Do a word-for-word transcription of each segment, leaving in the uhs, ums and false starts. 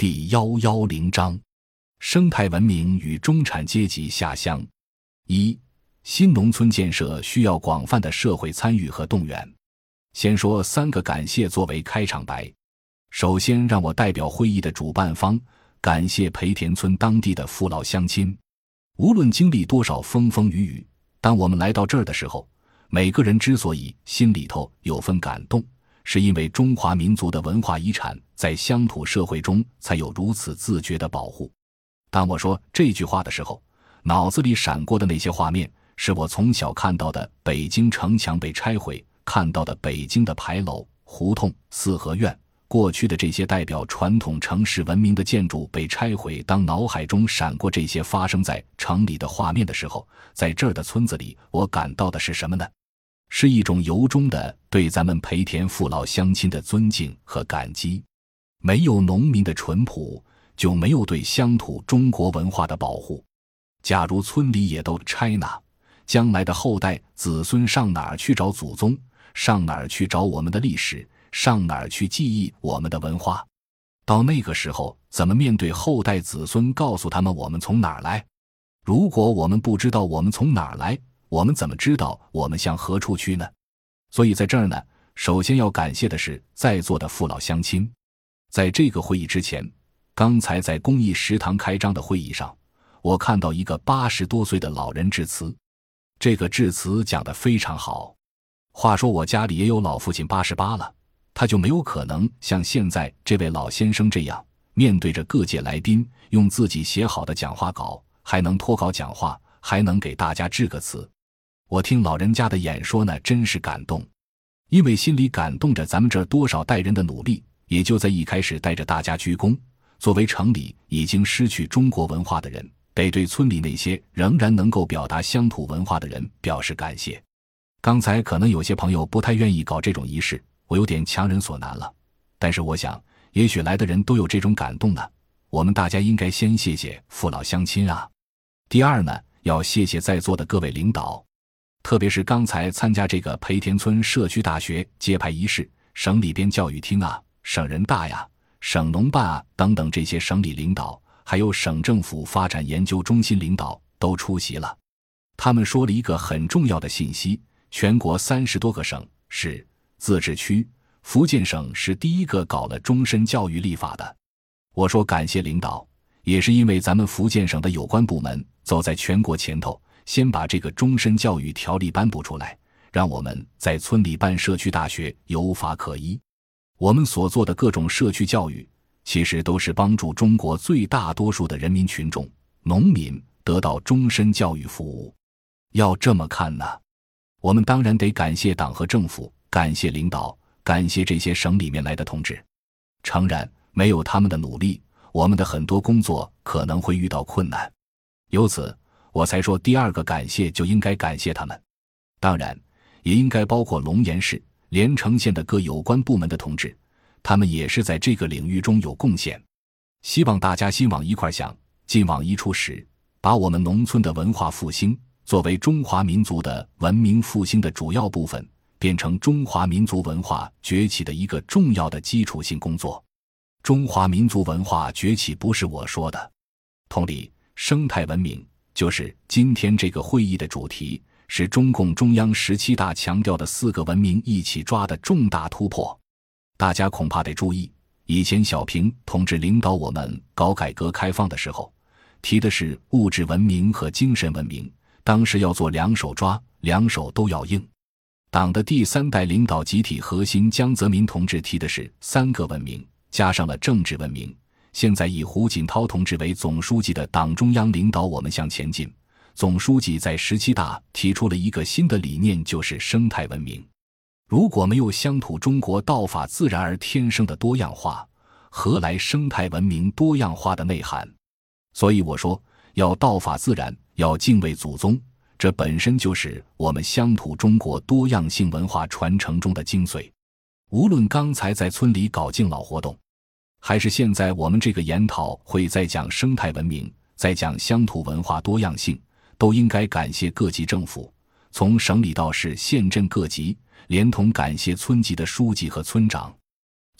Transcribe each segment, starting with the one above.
第一百一十章生态文明与中产阶级下乡。一、新农村建设需要广泛的社会参与和动员。先说三个感谢作为开场白。首先让我代表会议的主办方感谢培田村当地的父老乡亲。无论经历多少风风雨雨，当我们来到这儿的时候，每个人之所以心里头有份感动，是因为中华民族的文化遗产在乡土社会中才有如此自觉的保护。当我说这句话的时候，脑子里闪过的那些画面，是我从小看到的北京城墙被拆毁，看到的北京的牌楼、胡同、四合院，过去的这些代表传统城市文明的建筑被拆毁。当脑海中闪过这些发生在城里的画面的时候，在这儿的村子里，我感到的是什么呢？是一种由衷的对咱们培田父老乡亲的尊敬和感激。没有农民的淳朴，就没有对乡土中国文化的保护。假如村里也都拆那，将来的后代子孙上哪儿去找祖宗，上哪儿去找我们的历史，上哪儿去记忆我们的文化？到那个时候，怎么面对后代子孙告诉他们我们从哪儿来？如果我们不知道我们从哪儿来，我们怎么知道我们向何处去呢？所以在这儿呢，首先要感谢的是在座的父老乡亲。在这个会议之前，刚才在公益食堂开张的会议上，我看到一个八十多岁的老人致辞。这个致辞讲得非常好。话说我家里也有老父亲八十八了，他就没有可能像现在这位老先生这样，面对着各界来宾，用自己写好的讲话稿，还能脱稿讲话，还能给大家致个词。我听老人家的演说呢，真是感动，因为心里感动着咱们这多少代人的努力，也就在一开始带着大家鞠躬。作为城里已经失去中国文化的人，得对村里那些仍然能够表达乡土文化的人表示感谢。刚才可能有些朋友不太愿意搞这种仪式，我有点强人所难了，但是我想也许来的人都有这种感动呢，我们大家应该先谢谢父老乡亲啊。第二呢，要谢谢在座的各位领导，特别是刚才参加这个培田村社区大学揭牌仪式，省里边教育厅啊、省人大呀、省农办啊等等这些省里领导，还有省政府发展研究中心领导都出席了。他们说了一个很重要的信息，全国三十多个省市自治区，福建省是第一个搞了终身教育立法的。我说感谢领导，也是因为咱们福建省的有关部门走在全国前头，先把这个终身教育条例颁布出来，让我们在村里办社区大学有法可依。我们所做的各种社区教育，其实都是帮助中国最大多数的人民群众、农民得到终身教育服务。要这么看呢，我们当然得感谢党和政府，感谢领导，感谢这些省里面来的同志。诚然，没有他们的努力，我们的很多工作可能会遇到困难。由此我才说第二个感谢就应该感谢他们。当然也应该包括龙岩市、连城县的各有关部门的同志，他们也是在这个领域中有贡献。希望大家心往一块想，劲往一处使，把我们农村的文化复兴作为中华民族的文明复兴的主要部分，变成中华民族文化崛起的一个重要的基础性工作。中华民族文化崛起不是我说的。同理，生态文明就是今天这个会议的主题，是中共中央十七大强调的四个文明一起抓的重大突破。大家恐怕得注意，以前小平同志领导我们搞改革开放的时候，提的是物质文明和精神文明，当时要做两手抓，两手都要硬。党的第三代领导集体核心江泽民同志提的是三个文明，加上了政治文明。现在以胡锦涛同志为总书记的党中央领导我们向前进，总书记在十七大提出了一个新的理念，就是生态文明。如果没有乡土中国道法自然而天生的多样化，何来生态文明多样化的内涵？所以我说，要道法自然，要敬畏祖宗，这本身就是我们乡土中国多样性文化传承中的精髓。无论刚才在村里搞敬老活动，还是现在我们这个研讨会在讲生态文明，在讲乡土文化多样性，都应该感谢各级政府，从省里到市县镇各级，连同感谢村级的书记和村长。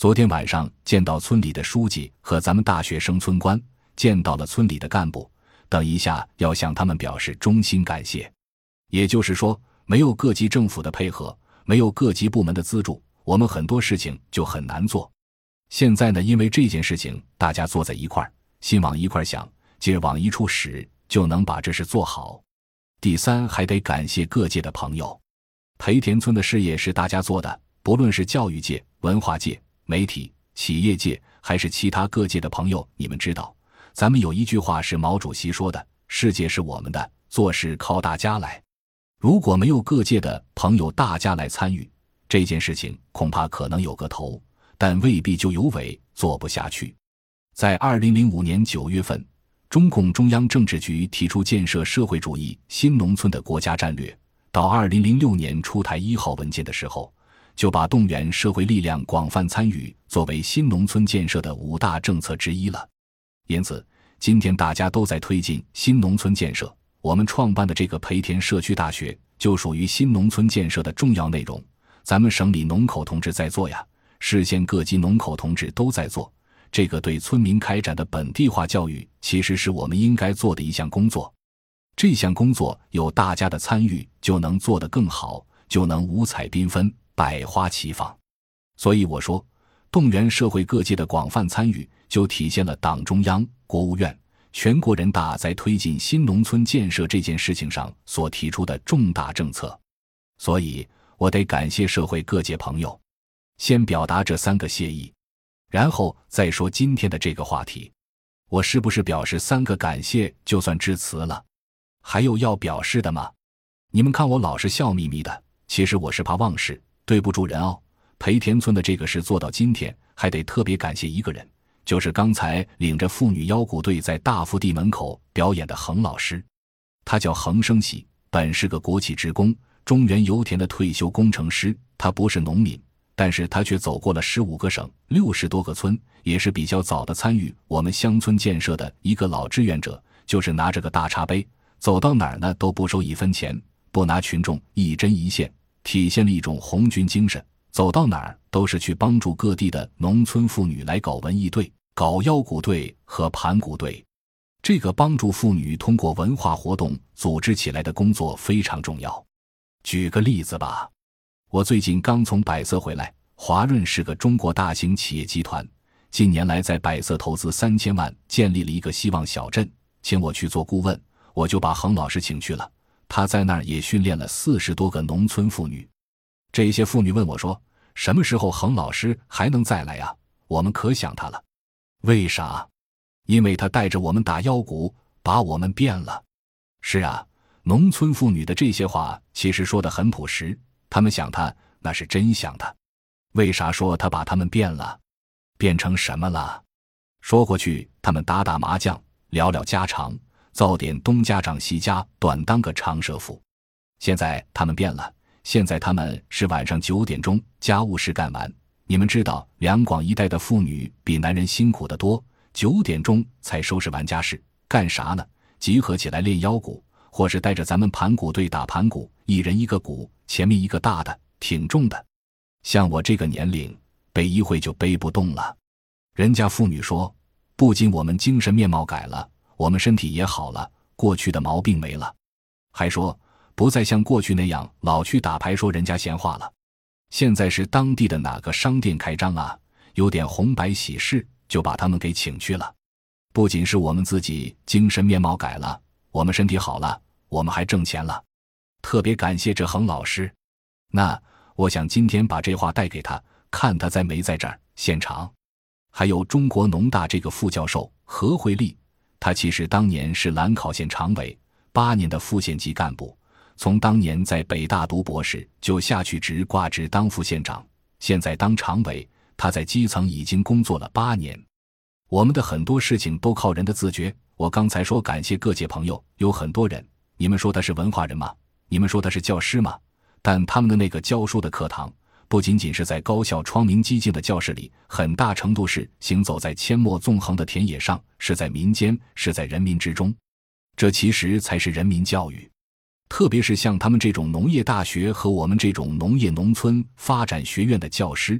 昨天晚上见到村里的书记和咱们大学生村官，见到了村里的干部，等一下要向他们表示衷心感谢。也就是说，没有各级政府的配合，没有各级部门的资助，我们很多事情就很难做。现在呢，因为这件事情大家坐在一块儿，心往一块想，劲儿往一处使，就能把这事做好。第三，还得感谢各界的朋友。培田村的事业是大家做的，不论是教育界、文化界、媒体、企业界，还是其他各界的朋友，你们知道，咱们有一句话是毛主席说的，世界是我们的，做事靠大家来。如果没有各界的朋友大家来参与，这件事情恐怕可能有个头，但未必就有尾，做不下去。在二零零五年九月份，中共中央政治局提出建设社会主义新农村的国家战略，到二零零六年出台一号文件的时候，就把动员社会力量广泛参与作为新农村建设的五大政策之一了。因此，今天大家都在推进新农村建设，我们创办的这个培田社区大学就属于新农村建设的重要内容。咱们省里农口同志在做呀，市县各级农口同志都在做，这个对村民开展的本地化教育其实是我们应该做的一项工作。这项工作有大家的参与，就能做得更好，就能五彩缤纷，百花齐放。所以我说，动员社会各界的广泛参与，就体现了党中央、国务院、全国人大在推进新农村建设这件事情上所提出的重大政策。所以我得感谢社会各界朋友，先表达这三个谢意，然后再说今天的这个话题。我是不是表示三个感谢就算致辞了？还有要表示的吗？你们看我老是笑眯眯的，其实我是怕忘事，对不住人哦。培田村的这个事做到今天，还得特别感谢一个人，就是刚才领着妇女腰鼓队在大福地门口表演的恒老师。他叫恒生喜，本是个国企职工，中原油田的退休工程师。他不是农民，但是他却走过了十五个省，六十多个村，也是比较早的参与我们乡村建设的一个老志愿者。就是拿着个大茶杯，走到哪儿呢都不收一分钱，不拿群众一针一线，体现了一种红军精神。走到哪儿都是去帮助各地的农村妇女来搞文艺队、搞腰鼓队和盘鼓队。这个帮助妇女通过文化活动组织起来的工作非常重要。举个例子吧，我最近刚从百色回来，华润是个中国大型企业集团，近年来在百色投资三千万建立了一个希望小镇，请我去做顾问，我就把恒老师请去了。他在那儿也训练了四十多个农村妇女。这些妇女问我说，什么时候恒老师还能再来呀？我们可想他了。为啥？因为他带着我们打腰鼓，把我们变了。是啊，农村妇女的这些话其实说得很朴实，他们想他那是真想他。为啥说他把他们变了？变成什么了？说过去他们打打麻将，聊聊家常，造点东家长西家短，当个长舌妇。现在他们变了，现在他们是晚上九点钟家务事干完。你们知道两广一带的妇女比男人辛苦得多，九点钟才收拾完家事，干啥呢？集合起来练腰鼓，或是带着咱们盘鼓队打盘鼓，一人一个鼓，前面一个大的，挺重的。像我这个年龄，背一会就背不动了。人家妇女说，不仅我们精神面貌改了，我们身体也好了，过去的毛病没了。还说不再像过去那样老去打牌说人家闲话了。现在是当地的哪个商店开张啊，有点红白喜事，就把他们给请去了。不仅是我们自己精神面貌改了，我们身体好了，我们还挣钱了。特别感谢这恒老师。那我想今天把这话带给他，看他在没在这儿现场。还有中国农大这个副教授何慧丽，他其实当年是兰考县常委，八年的副县级干部，从当年在北大读博士就下去直挂职当副县长，现在当常委，他在基层已经工作了八年。我们的很多事情都靠人的自觉。我刚才说感谢各界朋友，有很多人，你们说他是文化人吗？你们说他是教师吗？但他们的那个教书的课堂，不仅仅是在高校窗明几净的教室里，很大程度是行走在阡陌纵横的田野上，是在民间，是在人民之中。这其实才是人民教育。特别是像他们这种农业大学和我们这种农业农村发展学院的教师，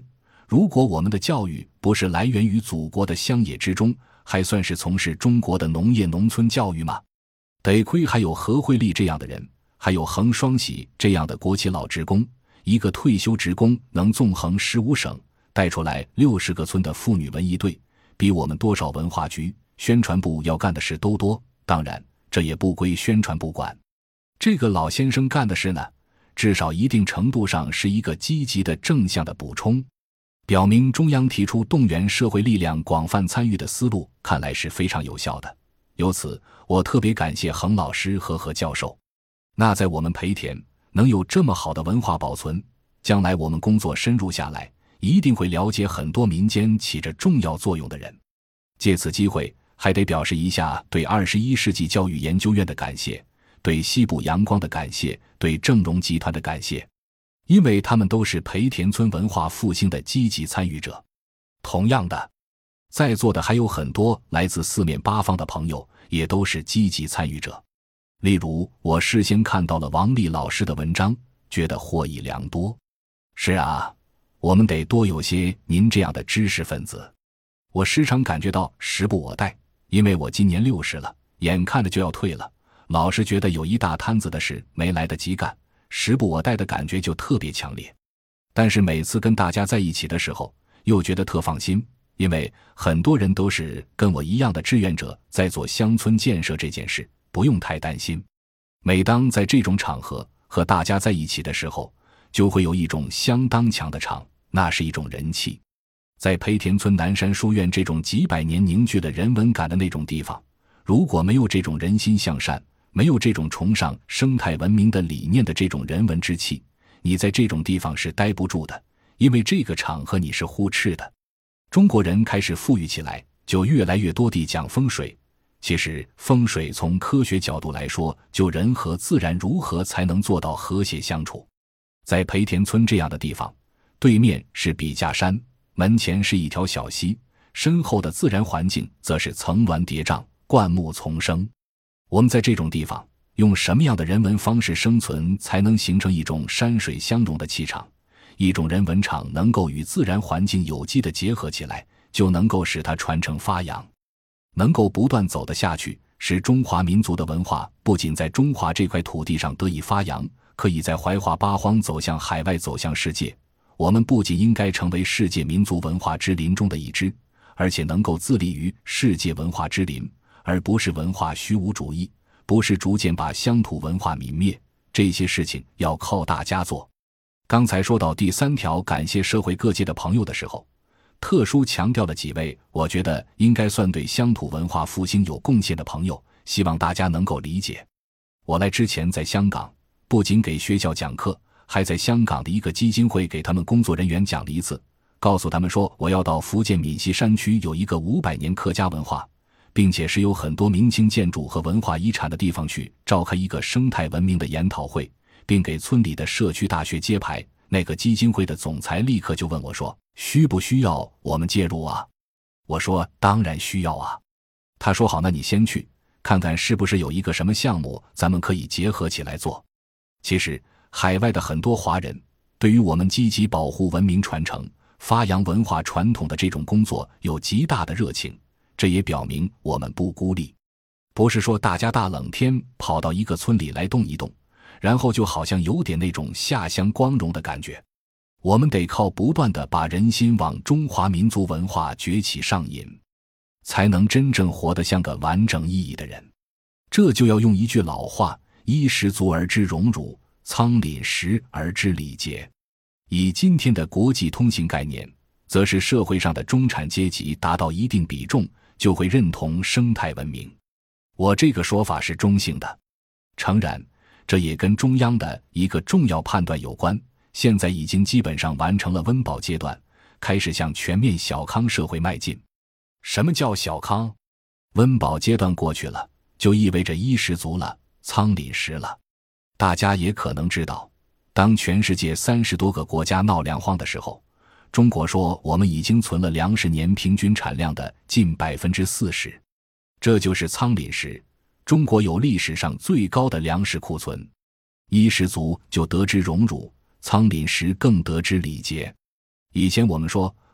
如果我们的教育不是来源于祖国的乡野之中，还算是从事中国的农业农村教育吗？得亏还有何惠利这样的人，还有横双喜这样的国企老职工，一个退休职工能纵横十五省，带出来六十个村的妇女文艺队，比我们多少文化局、宣传部要干的事都多。当然，这也不归宣传部管。这个老先生干的事呢，至少一定程度上是一个积极的正向的补充，表明中央提出动员社会力量广泛参与的思路看来是非常有效的。由此，我特别感谢恒老师和何教授。那在我们培田能有这么好的文化保存，将来我们工作深入下来，一定会了解很多民间起着重要作用的人。借此机会，还得表示一下对二十一世纪教育研究院的感谢，对西部阳光的感谢，对正荣集团的感谢，因为他们都是培田村文化复兴的积极参与者。同样的，在座的还有很多来自四面八方的朋友，也都是积极参与者。例如，我事先看到了王丽老师的文章，觉得获益良多。是啊，我们得多有些您这样的知识分子。我时常感觉到时不我待，因为我今年六十了，眼看着就要退了，老是觉得有一大摊子的事没来得及干，时不我待的感觉就特别强烈。但是每次跟大家在一起的时候，又觉得特放心，因为很多人都是跟我一样的志愿者，在做乡村建设这件事，不用太担心。每当在这种场合和大家在一起的时候，就会有一种相当强的场，那是一种人气。在培田村南山书院这种几百年凝聚了人文感的那种地方，如果没有这种人心向善，没有这种崇尚生态文明的理念的这种人文之气，你在这种地方是待不住的，因为这个场和你是互斥的。中国人开始富裕起来，就越来越多地讲风水。其实风水从科学角度来说，就人和自然如何才能做到和谐相处。在培田村这样的地方，对面是笔架山，门前是一条小溪，身后的自然环境则是层峦叠嶂，灌木丛生。我们在这种地方用什么样的人文方式生存，才能形成一种山水相融的气场，一种人文场能够与自然环境有机的结合起来，就能够使它传承发扬，能够不断走得下去，使中华民族的文化不仅在中华这块土地上得以发扬，可以在怀化八荒走向海外，走向世界。我们不仅应该成为世界民族文化之林中的一支，而且能够自立于世界文化之林，而不是文化虚无主义，不是逐渐把乡土文化泯灭。这些事情要靠大家做。刚才说到第三条，感谢社会各界的朋友的时候，特殊强调了几位我觉得应该算对乡土文化复兴有贡献的朋友，希望大家能够理解。我来之前在香港，不仅给学校讲课，还在香港的一个基金会给他们工作人员讲了一次，告诉他们说我要到福建闽西山区有一个五百年客家文化，并且是有很多明清建筑和文化遗产的地方去召开一个生态文明的研讨会，并给村里的社区大学揭牌。那个基金会的总裁立刻就问我说，需不需要我们介入啊？我说当然需要啊。他说好，那你先去看看是不是有一个什么项目咱们可以结合起来做。其实海外的很多华人对于我们积极保护文明传承、发扬文化传统的这种工作有极大的热情，这也表明我们不孤立，不是说大家大冷天跑到一个村里来动一动，然后就好像有点那种下乡光荣的感觉。我们得靠不断地把人心往中华民族文化崛起上引，才能真正活得像个完整意义的人。这就要用一句老话，衣食足而知荣辱，仓廪实而知礼节。以今天的国际通行概念，则是社会上的中产阶级达到一定比重，就会认同生态文明。我这个说法是中性的，诚然这也跟中央的一个重要判断有关，现在已经基本上完成了温饱阶段，开始向全面小康社会迈进。什么叫小康？温饱阶段过去了，就意味着衣食足了，仓廪实了。大家也可能知道，当全世界三十多个国家闹粮荒的时候，中国说我们已经存了粮食年平均产量的近 百分之四十， 这就是仓廪实。中国有历史上最高的粮食库存。衣食足就得之荣辱，仓廪实更得之礼节。以前我们说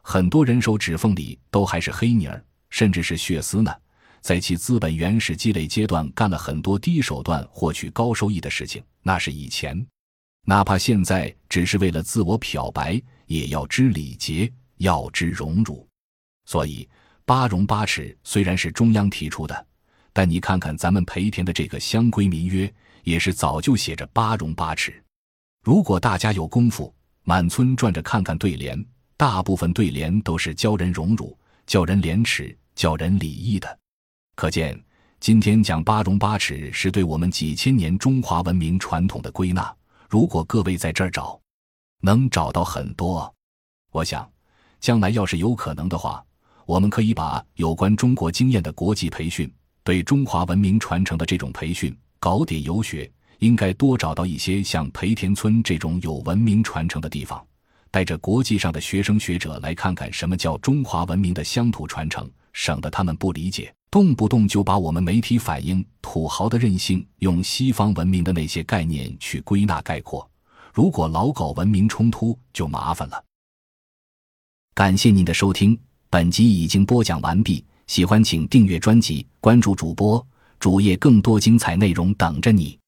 很多人手指缝里都还是黑泥儿，甚至是血丝呢，在其资本原始积累阶段干了很多低手段获取高收益的事情，那是以前。哪怕现在只是为了自我漂白，也要知礼节，要知荣辱。所以八荣八耻虽然是中央提出的，但你看看咱们培田的这个乡规民约，也是早就写着八荣八耻。如果大家有功夫，满村转着看看对联，大部分对联都是教人荣辱，教人廉耻，教人礼义的。可见今天讲八荣八耻是对我们几千年中华文明传统的归纳，如果各位在这儿找，能找到很多。我想将来要是有可能的话，我们可以把有关中国经验的国际培训，对中华文明传承的这种培训搞点游学，应该多找到一些像培田村这种有文明传承的地方，带着国际上的学生学者来看看什么叫中华文明的乡土传承，省得他们不理解，动不动就把我们媒体反映土豪的任性用西方文明的那些概念去归纳概括，如果老搞文明冲突就麻烦了。感谢您的收听，本集已经播讲完毕，喜欢请订阅专辑，关注主播，主页更多精彩内容等着你。